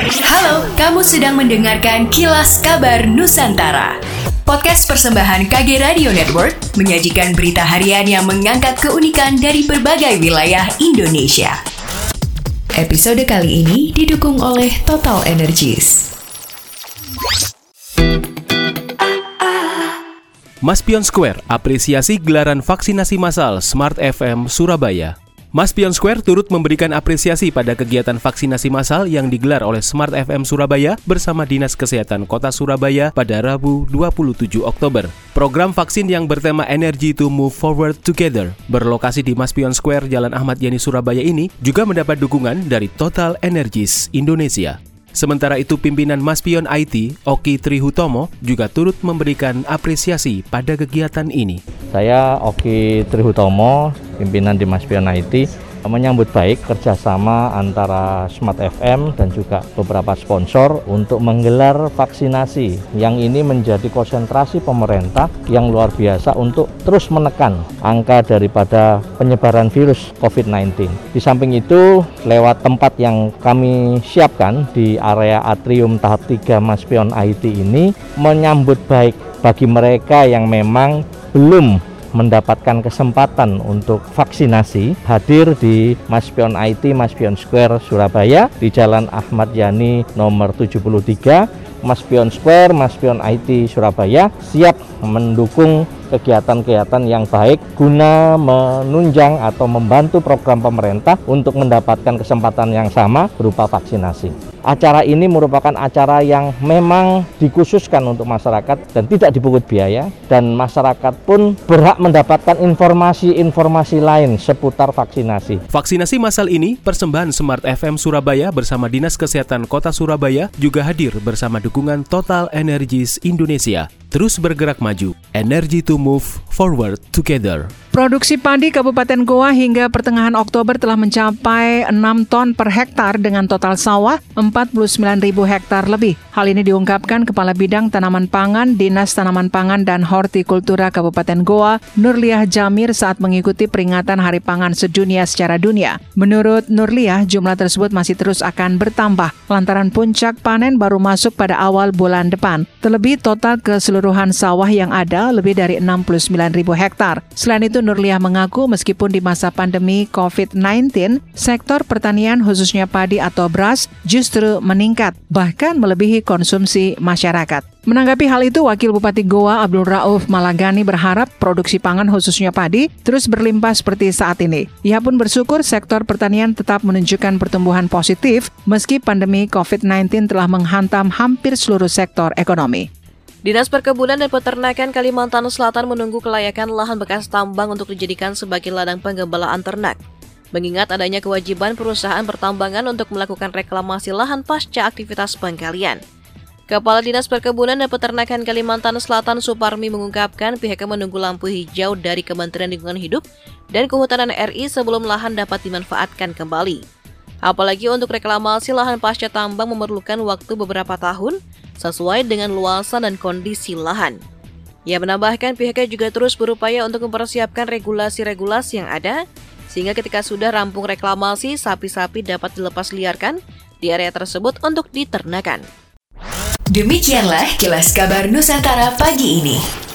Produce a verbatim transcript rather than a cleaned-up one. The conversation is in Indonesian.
Halo, kamu sedang mendengarkan Kilas Kabar Nusantara. Podcast persembahan K G Radio Network menyajikan berita harian yang mengangkat keunikan dari berbagai wilayah Indonesia. Episode kali ini didukung oleh Total Energies. Maspion Square apresiasi gelaran vaksinasi massal Smart F M Surabaya. Maspion Square turut memberikan apresiasi pada kegiatan vaksinasi massal yang digelar oleh Smart F M Surabaya bersama Dinas Kesehatan Kota Surabaya pada Rabu dua puluh tujuh Oktober. Program vaksin yang bertema Energy to Move Forward Together berlokasi di Maspion Square Jalan Ahmad Yani Surabaya ini juga mendapat dukungan dari Total Energies Indonesia. Sementara itu pimpinan Maspion I T, Oki Trihutomo, juga turut memberikan apresiasi pada kegiatan ini. Saya Oki Trihutomo, pimpinan di Maspion I T, menyambut baik kerjasama antara Smart F M dan juga beberapa sponsor untuk menggelar vaksinasi yang ini menjadi konsentrasi pemerintah yang luar biasa untuk terus menekan angka daripada penyebaran virus covid sembilan belas. Di samping itu, lewat tempat yang kami siapkan di area atrium tahap tiga Maspion I T ini menyambut baik bagi mereka yang memang belum mendapatkan kesempatan untuk vaksinasi hadir di Maspion I T Maspion Square Surabaya di Jalan Ahmad Yani nomor tujuh puluh tiga. Maspion Square Maspion I T Surabaya siap mendukung kegiatan-kegiatan yang baik guna menunjang atau membantu program pemerintah untuk mendapatkan kesempatan yang sama berupa vaksinasi. Acara ini merupakan acara yang memang dikhususkan untuk masyarakat dan tidak dipungut biaya, dan masyarakat pun berhak mendapatkan informasi-informasi lain seputar vaksinasi. Vaksinasi massal ini persembahan Smart F M Surabaya bersama Dinas Kesehatan Kota Surabaya juga hadir bersama dukungan Total Energies Indonesia. Terus bergerak maju, Energy to Move Forward Together. Produksi padi Kabupaten Goa hingga pertengahan Oktober telah mencapai enam ton per hektar dengan total sawah empat puluh sembilan ribu hektar lebih. Hal ini diungkapkan Kepala Bidang Tanaman Pangan Dinas Tanaman Pangan dan Hortikultura Kabupaten Goa, Nurliah Jamir saat mengikuti peringatan Hari Pangan Sedunia secara dunia. Menurut Nurliah, jumlah tersebut masih terus akan bertambah lantaran puncak panen baru masuk pada awal bulan depan. Terlebih total keseluruhan sawah yang ada lebih dari enam puluh sembilan ribu hektar. Selain itu, Nurliah mengaku meskipun di masa pandemi covid sembilan belas, sektor pertanian khususnya padi atau beras justru meningkat, bahkan melebihi konsumsi masyarakat. Menanggapi hal itu, Wakil Bupati Goa Abdul Rauf Malagani berharap produksi pangan khususnya padi terus berlimpah seperti saat ini. Ia pun bersyukur sektor pertanian tetap menunjukkan pertumbuhan positif meski pandemi covid sembilan belas telah menghantam hampir seluruh sektor ekonomi. Dinas Perkebunan dan Peternakan Kalimantan Selatan menunggu kelayakan lahan bekas tambang untuk dijadikan sebagai ladang penggembalaan ternak. Mengingat adanya kewajiban perusahaan pertambangan untuk melakukan reklamasi lahan pasca aktivitas penggalian. Kepala Dinas Perkebunan dan Peternakan Kalimantan Selatan Suparmi mengungkapkan pihaknya menunggu lampu hijau dari Kementerian Lingkungan Hidup dan Kehutanan R I sebelum lahan dapat dimanfaatkan kembali. Apalagi untuk reklamasi lahan pasca tambang memerlukan waktu beberapa tahun sesuai dengan luasan dan kondisi lahan. Ia menambahkan pihaknya juga terus berupaya untuk mempersiapkan regulasi-regulasi yang ada sehingga ketika sudah rampung reklamasi, sapi-sapi dapat dilepas liarkan di area tersebut untuk diternakan. Demikianlah Kilas Kabar Nusantara pagi ini.